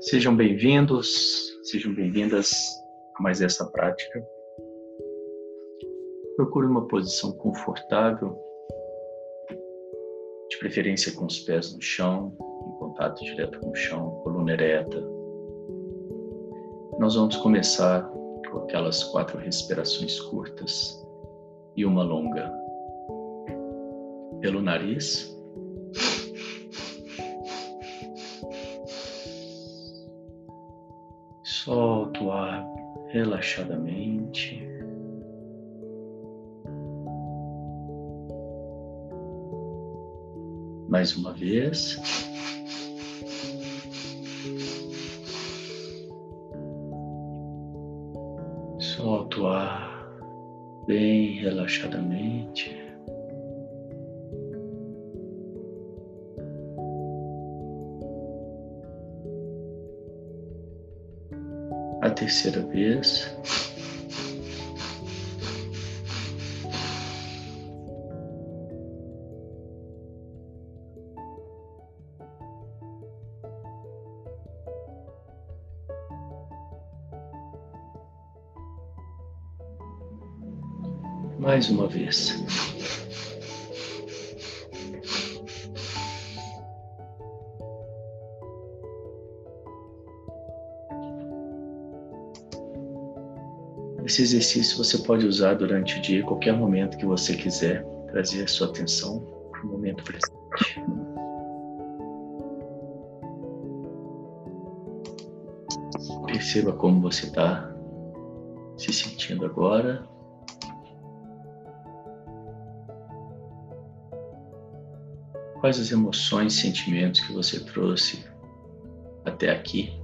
Sejam bem-vindos, sejam bem-vindas a mais essa prática. Procure uma posição confortável, de preferência com os pés no chão, em contato direto com o chão, coluna ereta. Nós vamos começar com aquelas 4 respirações curtas e uma longa. Pelo nariz. Solta o ar relaxadamente. Mais uma vez. Solta o ar bem relaxadamente. A terceira vez. Mais uma vez. Esse exercício você pode usar durante o dia, qualquer momento que você quiser, trazer a sua atenção para o momento presente. Perceba como você está se sentindo agora. Quais as emoções e sentimentos que você trouxe até aqui?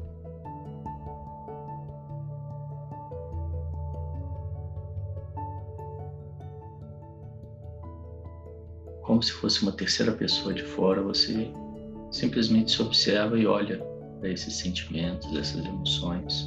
Como se fosse uma terceira pessoa de fora, você simplesmente se observa e olha para esses sentimentos, essas emoções.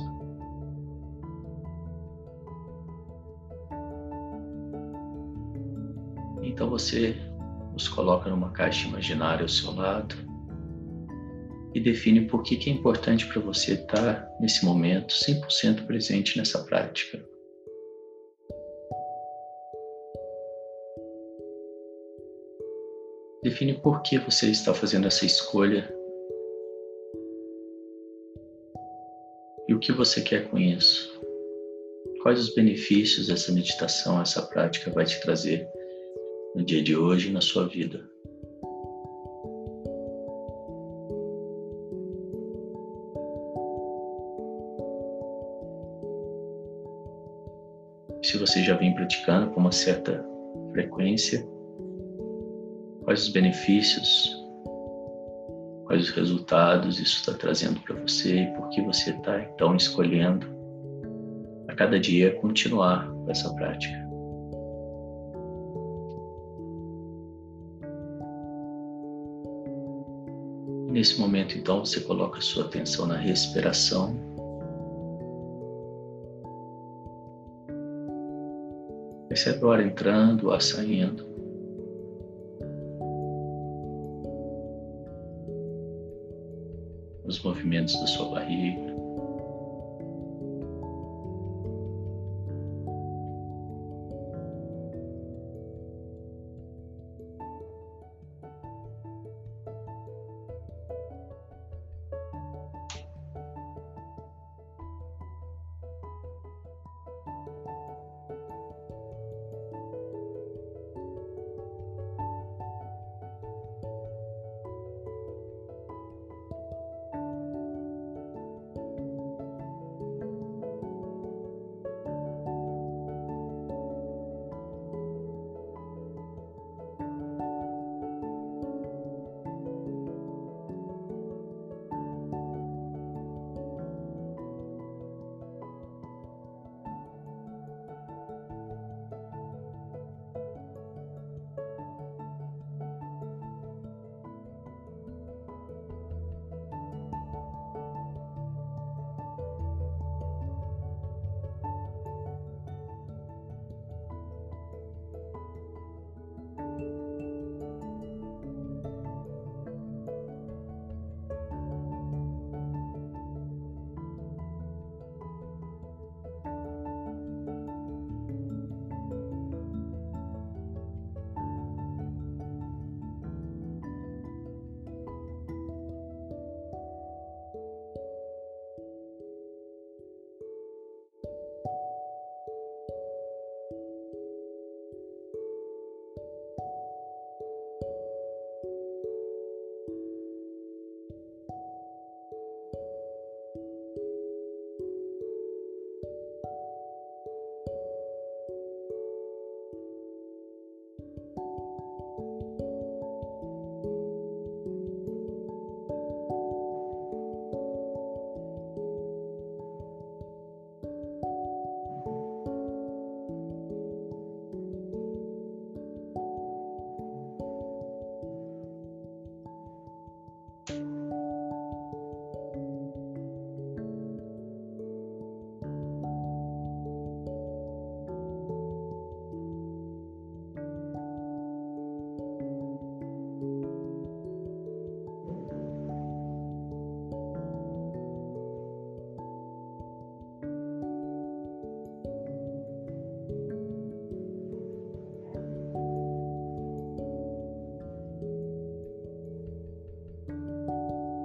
Então você os coloca numa caixa imaginária ao seu lado e define por que é importante para você estar nesse momento 100% presente nessa prática. Define por que você está fazendo essa escolha e o que você quer com isso. Quais os benefícios essa meditação, essa prática vai te trazer no dia de hoje e na sua vida. Se você já vem praticando com uma certa frequência, quais os benefícios, quais os resultados isso está trazendo para você e por que você está então escolhendo a cada dia continuar com essa prática. Nesse momento então você coloca a sua atenção na respiração. Percebe o ar entrando, o ar saindo. Os movimentos da sua barriga.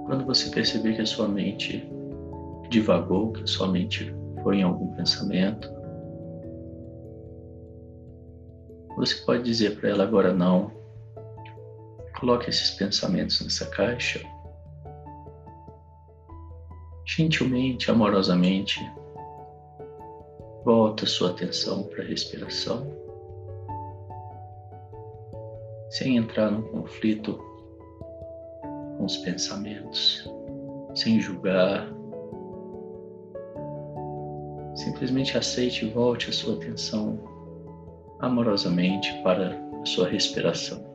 Quando você perceber que a sua mente divagou, que a sua mente foi em algum pensamento, você pode dizer para ela agora não. Coloque esses pensamentos nessa caixa. Gentilmente, amorosamente, volta sua atenção para a respiração, sem entrar num conflito com os pensamentos, sem julgar. Simplesmente aceite e volte a sua atenção amorosamente para a sua respiração.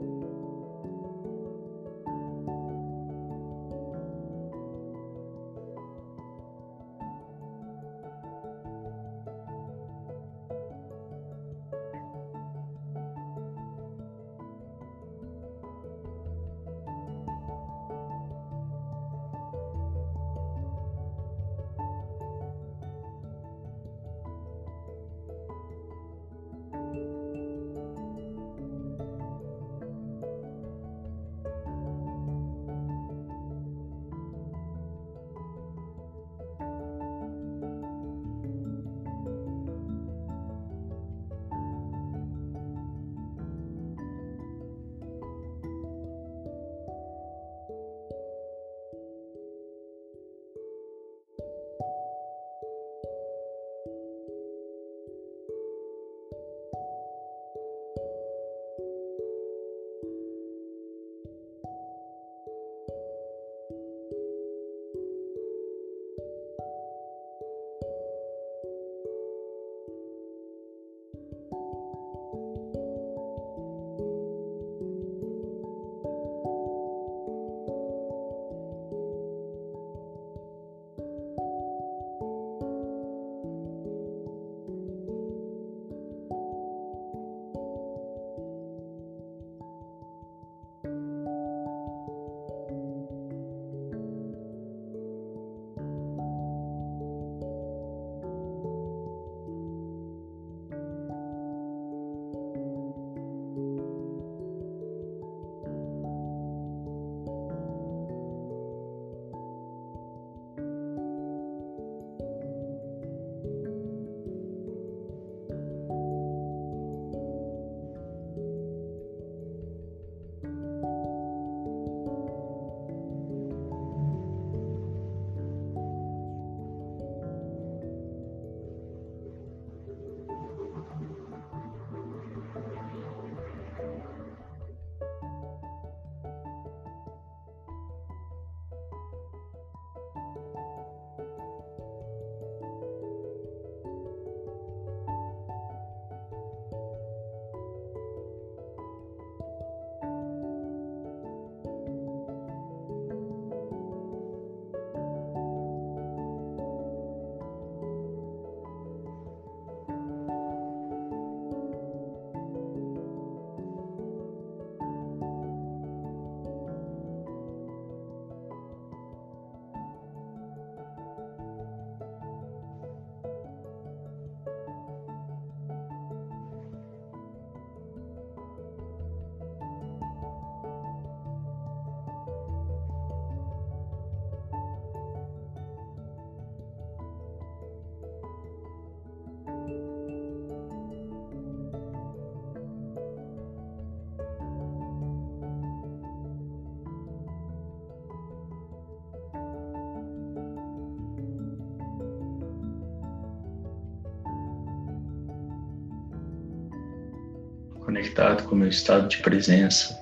Conectado com o meu estado de presença,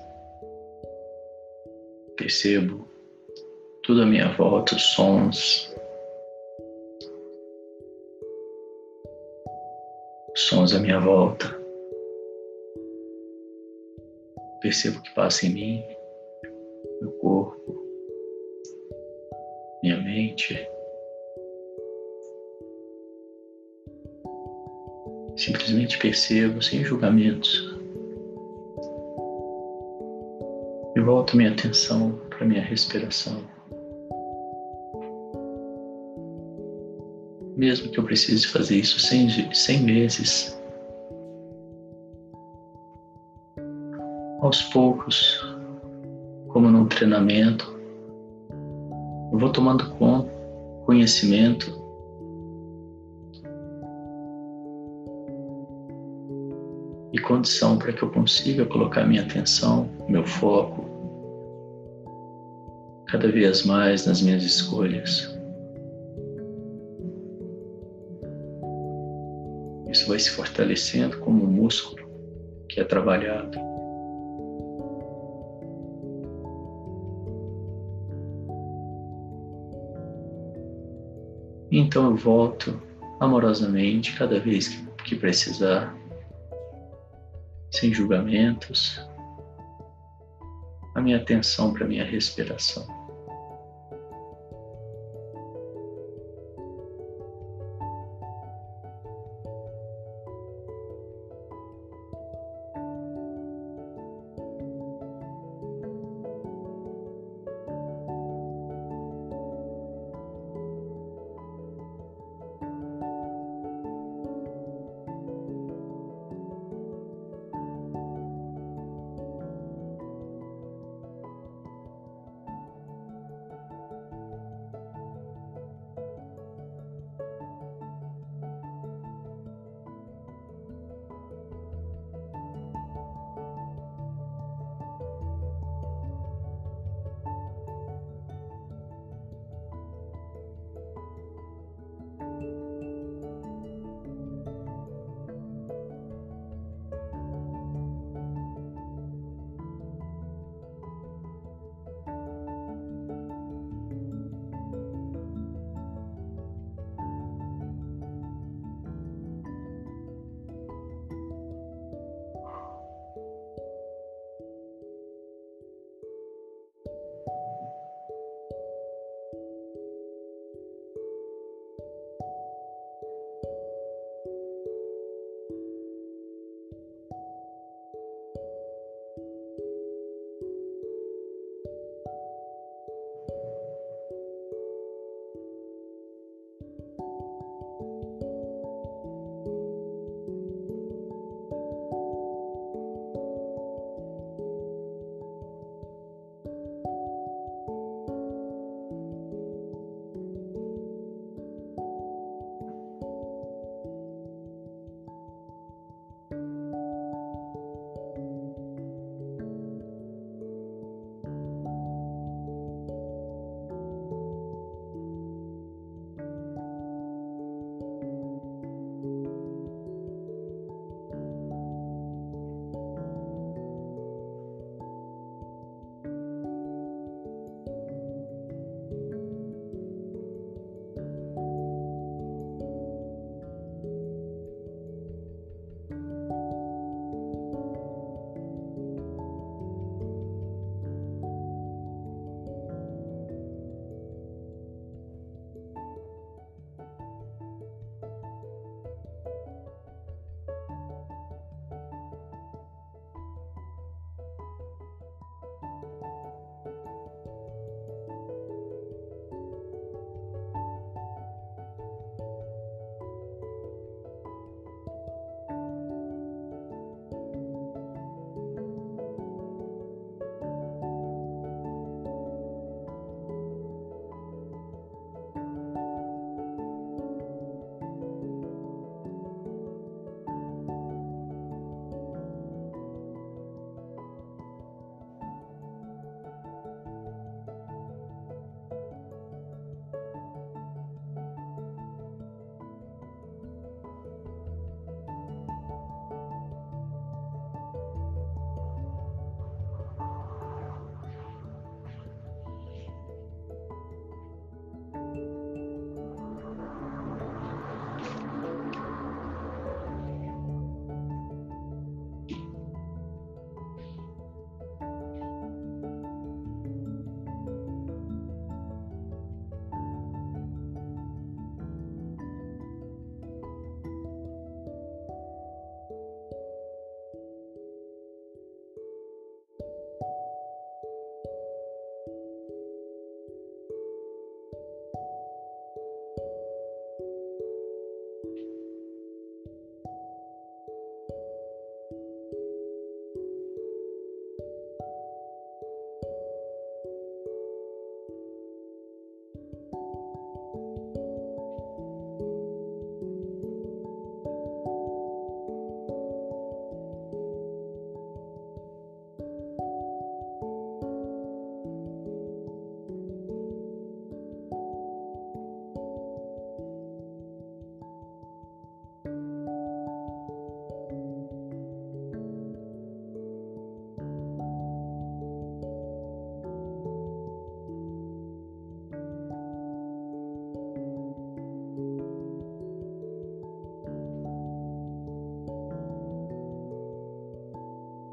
percebo tudo à minha volta, os sons à minha volta. Percebo o que passa em mim, meu corpo, minha mente. Simplesmente percebo sem julgamentos. E volto minha atenção para minha respiração. Mesmo que eu precise fazer isso 100 vezes, aos poucos, como num treinamento, eu vou tomando conhecimento e condição para que eu consiga colocar minha atenção, meu foco, cada vez mais nas minhas escolhas. Isso vai se fortalecendo como um músculo que é trabalhado. Então eu volto amorosamente cada vez que precisar, sem julgamentos, a minha atenção para a minha respiração.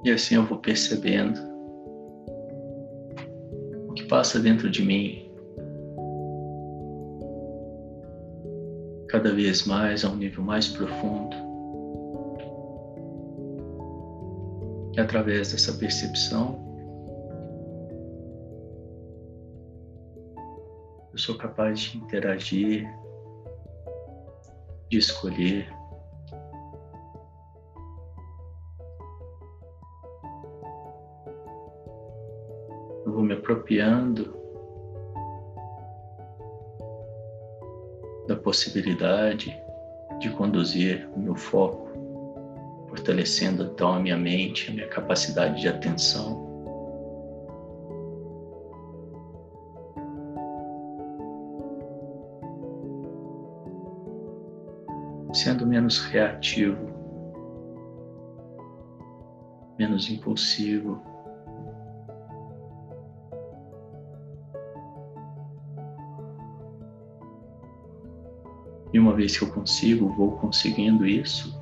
E assim eu vou percebendo o que passa dentro de mim cada vez mais a um nível mais profundo. E através dessa percepção, eu sou capaz de interagir, de escolher. Eu vou me apropriando da possibilidade de conduzir o meu foco, fortalecendo então a minha mente, a minha capacidade de atenção. Sendo menos reativo, menos impulsivo. E uma vez que eu vou conseguindo isso,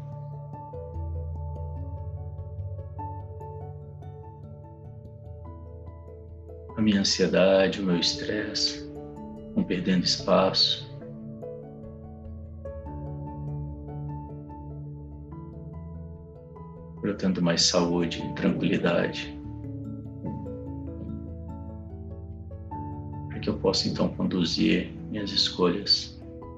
a minha ansiedade, o meu estresse vão perdendo espaço. Brotando mais saúde e tranquilidade, para que eu possa então conduzir minhas escolhas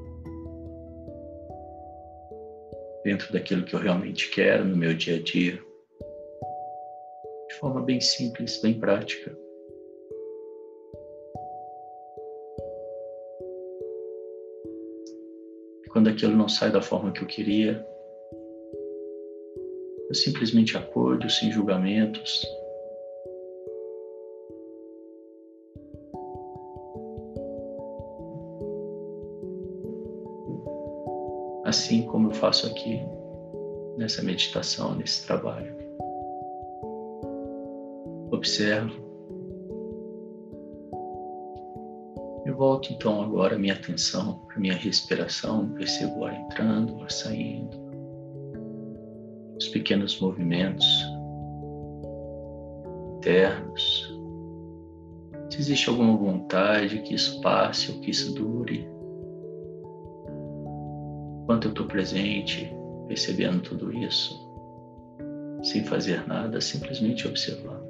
dentro daquilo que eu realmente quero no meu dia a dia, de forma bem simples, bem prática. E quando aquilo não sai da forma que eu queria, eu simplesmente acolho sem julgamentos. Assim como eu faço aqui, nessa meditação, nesse trabalho. Observo. Eu volto então agora a minha atenção para a minha respiração, percebo o ar entrando, o ar saindo, os pequenos movimentos internos. Se existe alguma vontade que isso passe ou que isso dure, enquanto eu estou presente, percebendo tudo isso, sem fazer nada, simplesmente observando.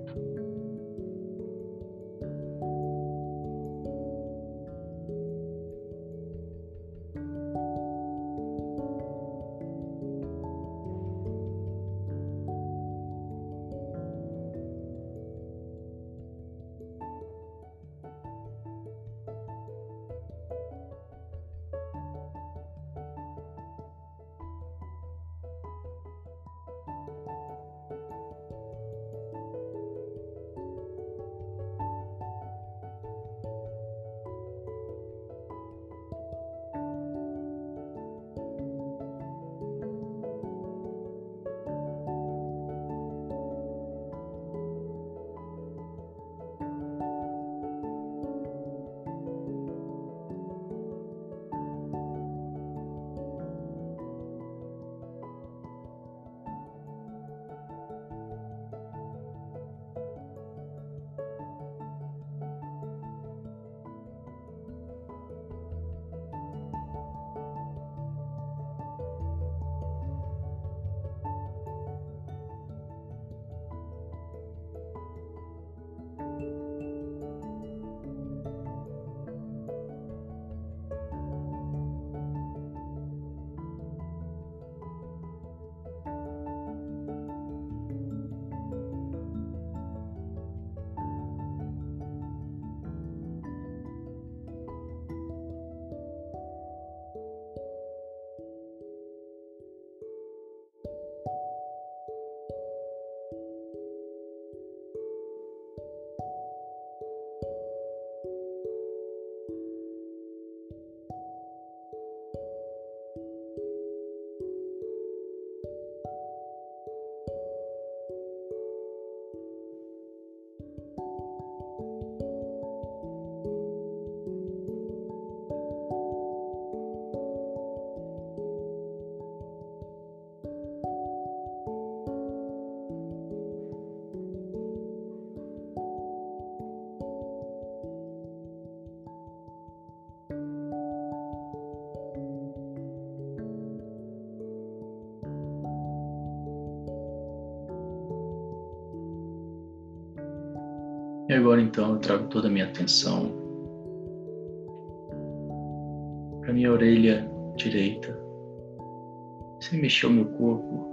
E agora então eu trago toda a minha atenção para minha orelha direita, sem mexer o meu corpo.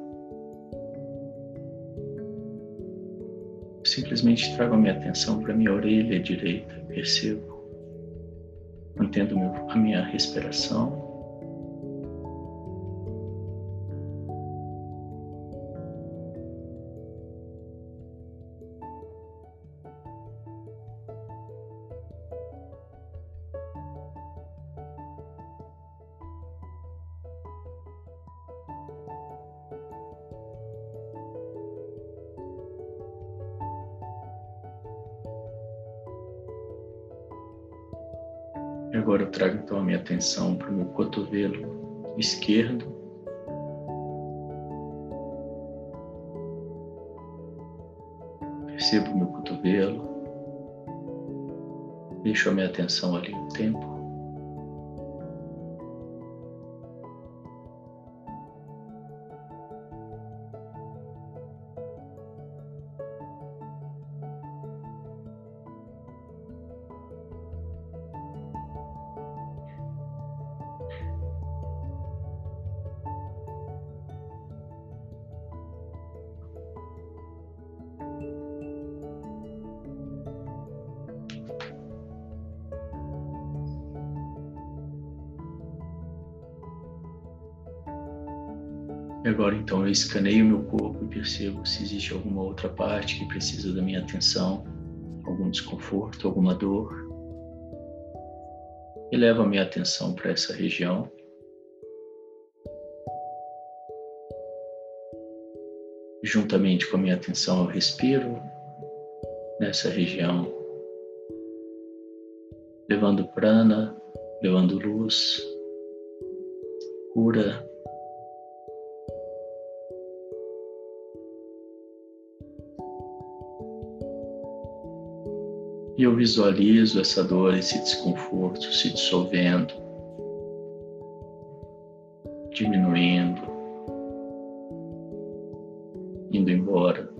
Simplesmente trago a minha atenção para minha orelha direita, percebo, mantendo a minha respiração. E agora eu trago então a minha atenção para o meu cotovelo esquerdo. Percebo o meu cotovelo. Deixo a minha atenção ali um tempo. E agora então eu escaneio meu corpo e percebo se existe alguma outra parte que precisa da minha atenção, algum desconforto, alguma dor. E levo a minha atenção para essa região. Juntamente com a minha atenção eu respiro nessa região, levando prana, levando luz, cura. E eu visualizo essa dor, esse desconforto se dissolvendo, diminuindo, indo embora.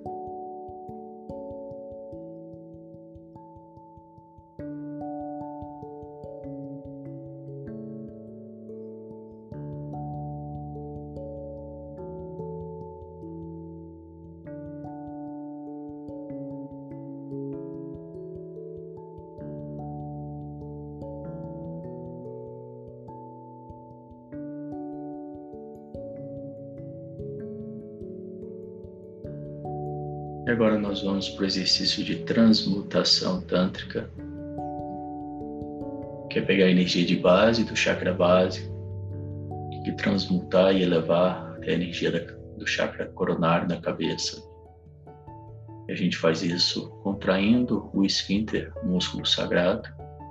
E agora nós vamos para o exercício de transmutação tântrica, que é pegar a energia de base do chakra básico e transmutar e elevar até a energia do chakra coronário da cabeça. E a gente faz isso contraindo o esfíncter, o músculo sagrado.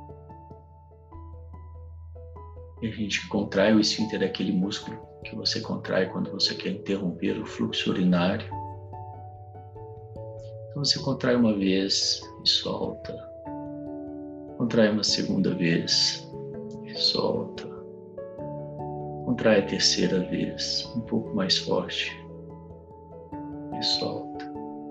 E a gente contrai o esfíncter, daquele músculo que você contrai quando você quer interromper o fluxo urinário. Então você contrai uma vez e solta. Contrai uma segunda vez e solta. Contrai a terceira vez, um pouco mais forte e solta.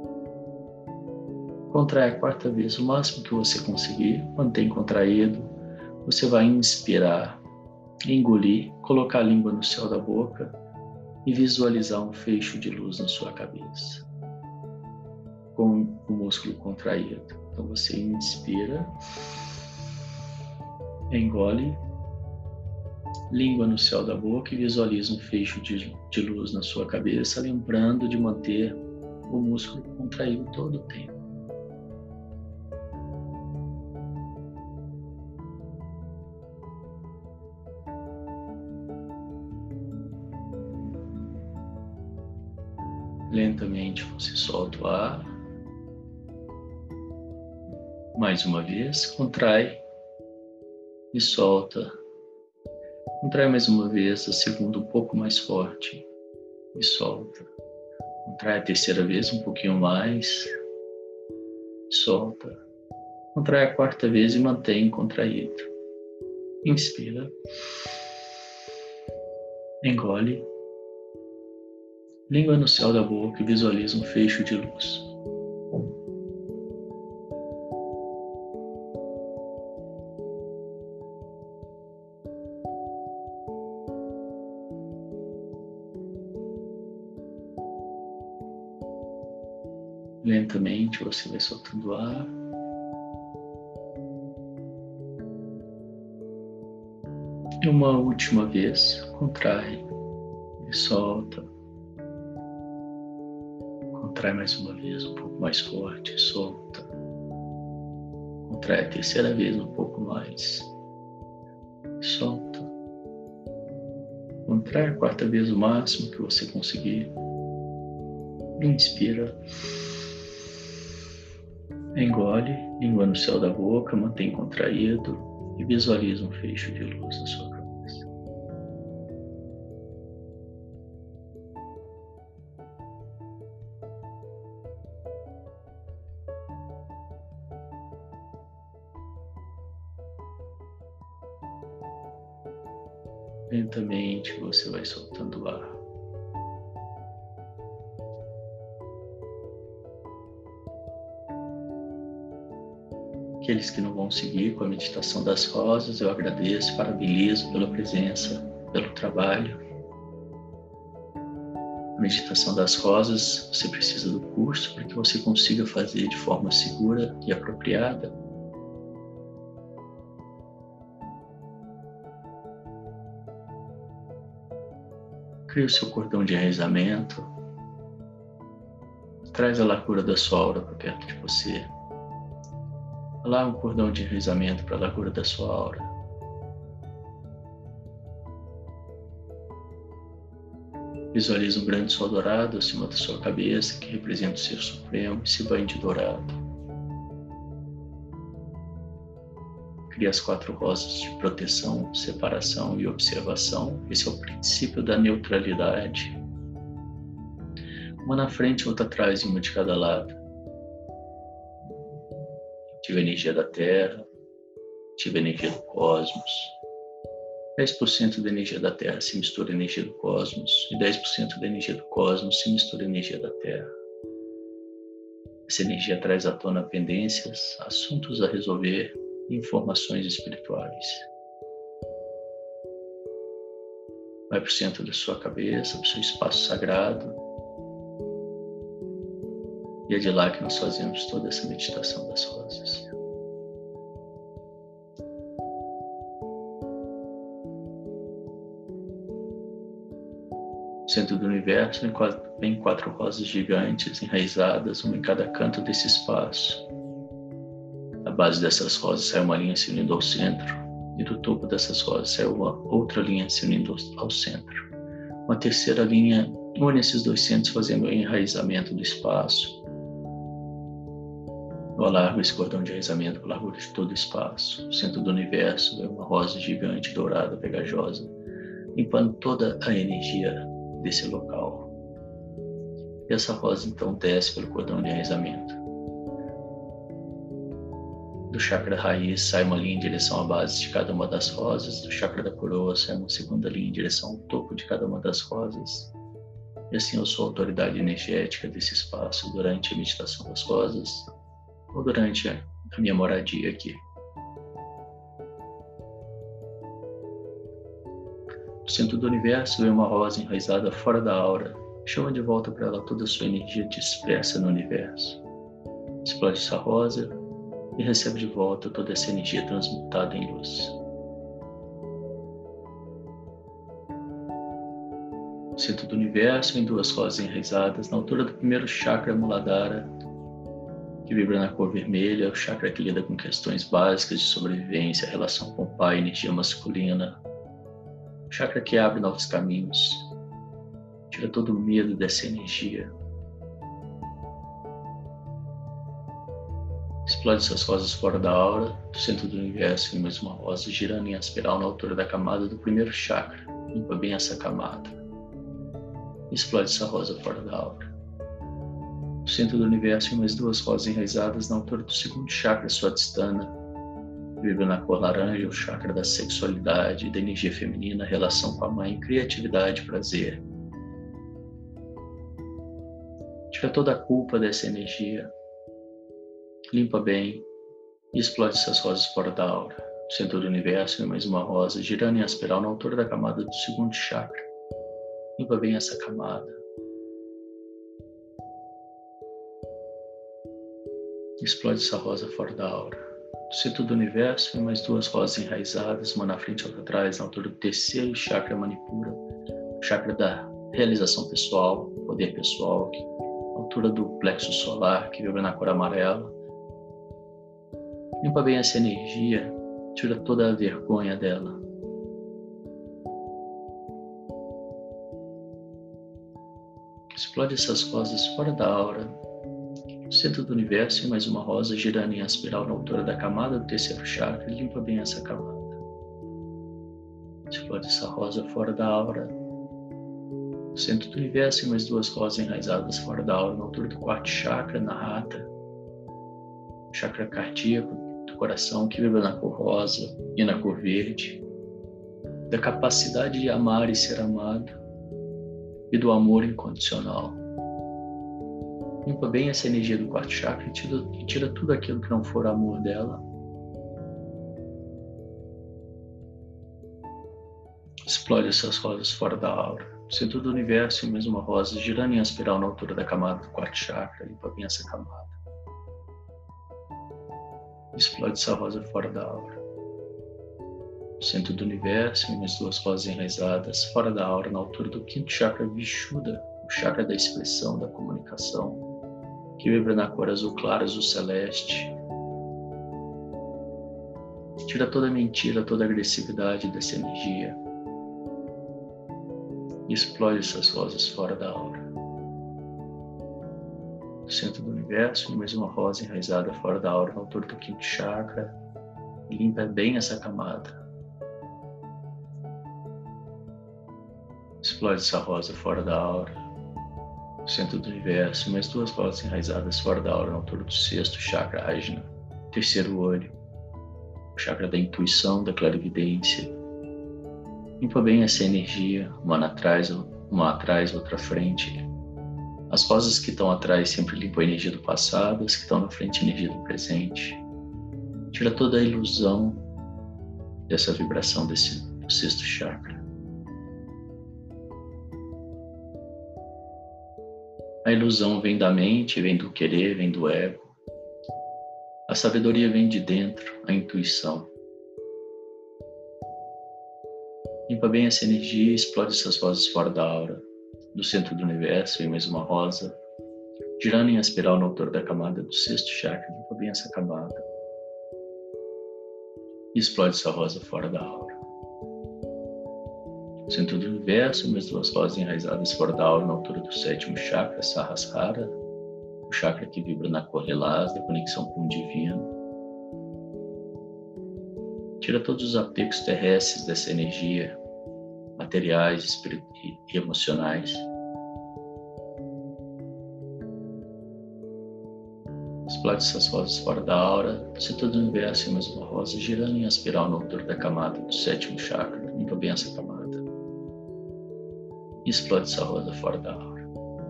Contrai a quarta vez, o máximo que você conseguir, mantém contraído. Você vai inspirar, engolir, colocar a língua no céu da boca e visualizar um feixe de luz na sua cabeça, com o músculo contraído. Então você inspira, engole, língua no céu da boca e visualiza um feixe de luz na sua cabeça, lembrando de manter o músculo contraído todo o tempo. Lentamente você solta o ar. Mais uma vez, contrai e solta. Contrai mais uma vez, a segunda um pouco mais forte e solta. Contrai a terceira vez um pouquinho mais e solta. Contrai a quarta vez e mantém contraído. Inspira. Engole. Língua no céu da boca e visualiza um feixe de luz. Lentamente você vai soltando o ar. E uma última vez, contrai e solta. Contrai mais uma vez, um pouco mais forte, solta. Contrai a terceira vez, um pouco mais, solta. Contrai a quarta vez o máximo que você conseguir. Inspira. Engole, língua no céu da boca, mantém contraído e visualiza um feixe de luz na sua cabeça. Lentamente você vai soltando o ar. Aqueles que não vão seguir com a meditação das rosas, eu agradeço, parabenizo pela presença, pelo trabalho. A meditação das rosas, você precisa do curso para que você consiga fazer de forma segura e apropriada. Crie o seu cordão de enraizamento. Traz a largura da sua aura para perto de você. Lá um cordão de enraizamento para a largura da sua aura. Visualize um grande sol dourado acima da sua cabeça, que representa o Ser Supremo, e se banhe de dourado. Crie as 4 rosas de proteção, separação e observação. Esse é o princípio da neutralidade. Uma na frente, outra atrás e uma de cada lado. Ative a energia da Terra, ative a energia do cosmos. 10% da energia da Terra se mistura à energia do cosmos e 10% da energia do cosmos se mistura à energia da Terra. Essa energia traz à tona pendências, assuntos a resolver e informações espirituais. Vai para o centro da sua cabeça, para o seu espaço sagrado. E é de lá que nós fazemos toda essa meditação das rosas. No centro do universo vem 4 rosas gigantes enraizadas, uma em cada canto desse espaço. Da base dessas rosas sai uma linha se unindo ao centro, e do topo dessas rosas sai uma outra linha se unindo ao centro. Uma terceira linha une esses 2 centros, fazendo o enraizamento do espaço. Eu alargo esse cordão de enraizamento com a largura de todo o espaço. No centro do universo é uma rosa gigante, dourada, pegajosa, limpando toda a energia desse local. E essa rosa então desce pelo cordão de enraizamento. Do chakra raiz sai uma linha em direção à base de cada uma das rosas. Do chakra da coroa sai uma segunda linha em direção ao topo de cada uma das rosas. E assim eu sou a autoridade energética desse espaço durante a meditação das rosas, ou durante a minha moradia aqui. No centro do universo vem uma rosa enraizada fora da aura. Chama de volta para ela toda a sua energia dispersa no universo. Explode essa rosa e recebe de volta toda essa energia transmutada em luz. No centro do universo vem 2 rosas enraizadas na altura do primeiro chakra Muladhara, que vibra na cor vermelha, o chakra que lida com questões básicas de sobrevivência, relação com o pai, energia masculina. O chakra que abre novos caminhos, tira todo o medo dessa energia. Explode essas rosas fora da aura, do centro do universo, em mais uma rosa, girando em espiral na altura da camada do primeiro chakra. Limpa bem essa camada. Explode essa rosa fora da aura. No centro do universo, em mais 2 rosas enraizadas na altura do segundo chakra Swadhisthana. Vibra na cor laranja, o chakra da sexualidade, da energia feminina, relação com a mãe, criatividade, prazer. Tira toda a culpa dessa energia. Limpa bem e explode essas rosas fora da aura. No centro do universo, em mais uma rosa, girando em espiral na altura da camada do segundo chakra. Limpa bem essa camada. Explode essa rosa fora da aura. Do centro do universo, vem mais 2 rosas enraizadas, uma na frente e outra atrás, na altura do terceiro chakra Manipura, o chakra da realização pessoal, poder pessoal, na altura do plexo solar, que vibra na cor amarela. Limpa bem essa energia, tira toda a vergonha dela. Explode essas rosas fora da aura. No centro do universo, mais uma rosa girando em espiral na altura da camada do terceiro chakra. Limpa bem essa camada. Explode essa rosa fora da aura. No centro do universo, mais 2 rosas enraizadas fora da aura, na altura do quarto chakra, na rata. Chakra cardíaco do coração, que vibra na cor rosa e na cor verde. Da capacidade de amar e ser amado. E do amor incondicional. Limpa bem essa energia do quarto chakra e tira tudo aquilo que não for amor dela. Explode essas rosas fora da aura. No centro do universo, mais uma rosa girando em espiral na altura da camada do quarto chakra. Limpa bem essa camada. Explode essa rosa fora da aura. No centro do universo, mais 2 rosas enraizadas fora da aura na altura do quinto chakra Vishuddha, o chakra da expressão, da comunicação, que vibra na cor azul claro, azul celeste. Tira toda a mentira, toda a agressividade dessa energia. E explode essas rosas fora da aura. No centro do universo, mais uma rosa enraizada fora da aura na altura do quinto chakra. E limpa bem essa camada. Explode essa rosa fora da aura. No centro do universo, mais 2 rosas enraizadas fora da aura na altura do sexto chakra Ajna, terceiro olho, o chakra da intuição, da clarividência. Limpa bem essa energia, uma atrás, outra à frente. As rosas que estão atrás sempre limpam a energia do passado, as que estão na frente a energia do presente. Tira toda a ilusão dessa vibração do sexto chakra. A ilusão vem da mente, vem do querer, vem do ego. A sabedoria vem de dentro, a intuição. Limpa bem essa energia e explode essas rosas fora da aura. Do centro do universo vem mais uma rosa, girando em espiral na altura da camada do sexto chakra. Limpa bem essa camada. E explode essa rosa fora da aura. No centro do universo, mais 2 rosas enraizadas fora da aura na altura do sétimo chakra, Sahasrara, o chakra que vibra na cor lilás da conexão com o divino. Tira todos os apegos terrestres dessa energia, materiais e emocionais. Explode essas rosas fora da aura. No centro do universo, mais uma rosa girando em espiral na altura da camada do sétimo chakra. Limpa bem essa camada. E explode essa rosa fora da aura.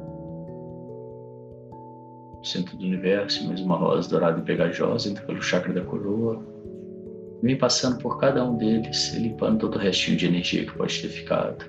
No centro do universo, mais uma rosa dourada e pegajosa, entra pelo chakra da coroa. Vem passando por cada um deles e limpando todo o restinho de energia que pode ter ficado.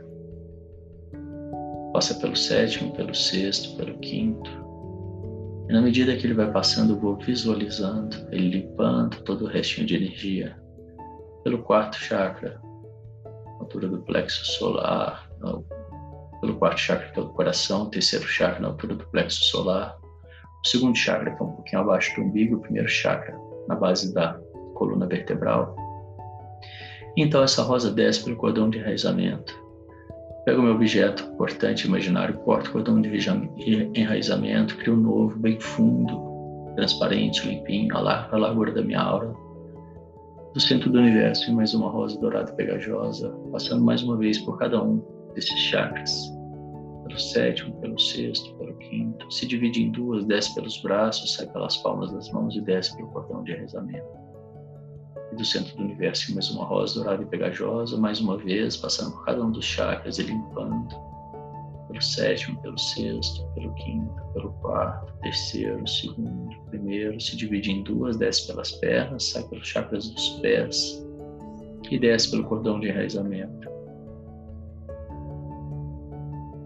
Passa pelo sétimo, pelo sexto, pelo quinto. E na medida que ele vai passando, eu vou visualizando ele limpando todo o restinho de energia. Pelo quarto chakra, na altura do plexo solar, pelo quarto chakra, que é o do coração, o terceiro chakra na altura do plexo solar, o segundo chakra, que é um pouquinho abaixo do umbigo, o primeiro chakra na base da coluna vertebral. Então essa rosa desce pelo cordão de enraizamento. Pego o meu objeto cortante imaginário, corto o cordão de enraizamento, crio um novo, bem fundo, transparente, limpinho, alarga a largura da minha aura. Do centro do universo, mais uma rosa dourada e pegajosa, passando mais uma vez por cada um desses chakras. Pelo sétimo, pelo sexto, pelo quinto. Se divide em 2, desce pelos braços, sai pelas palmas das mãos e desce pelo cordão de enraizamento. E do centro do universo, mais uma rosa dourada e pegajosa, mais uma vez, passando por cada um dos chakras e limpando. Pelo sétimo, pelo sexto, pelo quinto, pelo quarto, terceiro, segundo, primeiro. Se divide em 2, desce pelas pernas, sai pelos chakras dos pés e desce pelo cordão de enraizamento.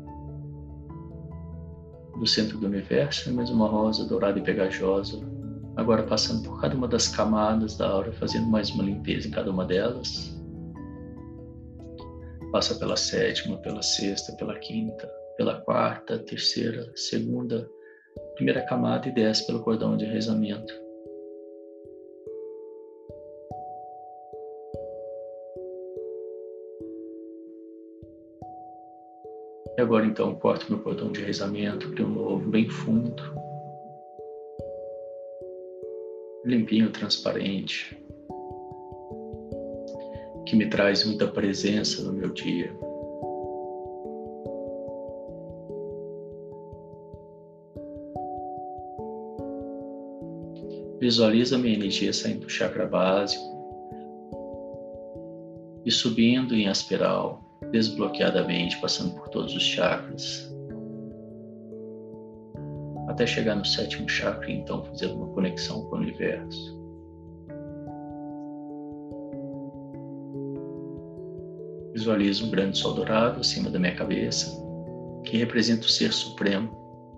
Do centro do universo, mais uma rosa dourada e pegajosa, Agora passando por cada uma das camadas da aura, fazendo mais uma limpeza em cada uma delas. Passa pela sétima, pela sexta, pela quinta, pela quarta, terceira, segunda, primeira camada e desce pelo cordão de enraizamento. E agora então corto meu cordão de enraizamento, crio um novo bem fundo, limpinho, transparente, que me traz muita presença no meu dia. Visualiza a minha energia saindo do chakra básico e subindo em espiral, desbloqueadamente, passando por todos os chakras, até chegar no sétimo chakra e então fazer uma conexão com o universo. Visualizo um grande sol dourado acima da minha cabeça, que representa o Ser Supremo,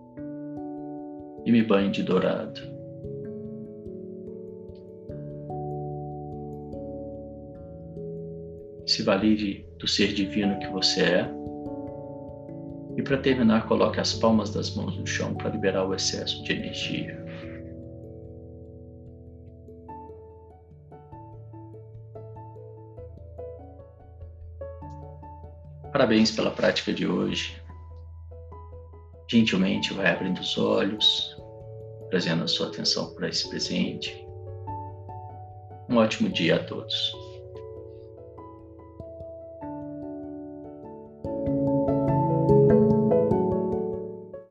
e me banho de dourado. Se valide do ser divino que você é. E para terminar, coloque as palmas das mãos no chão para liberar o excesso de energia. Parabéns pela prática de hoje. Gentilmente vai abrindo os olhos, trazendo a sua atenção para esse presente. Um ótimo dia a todos.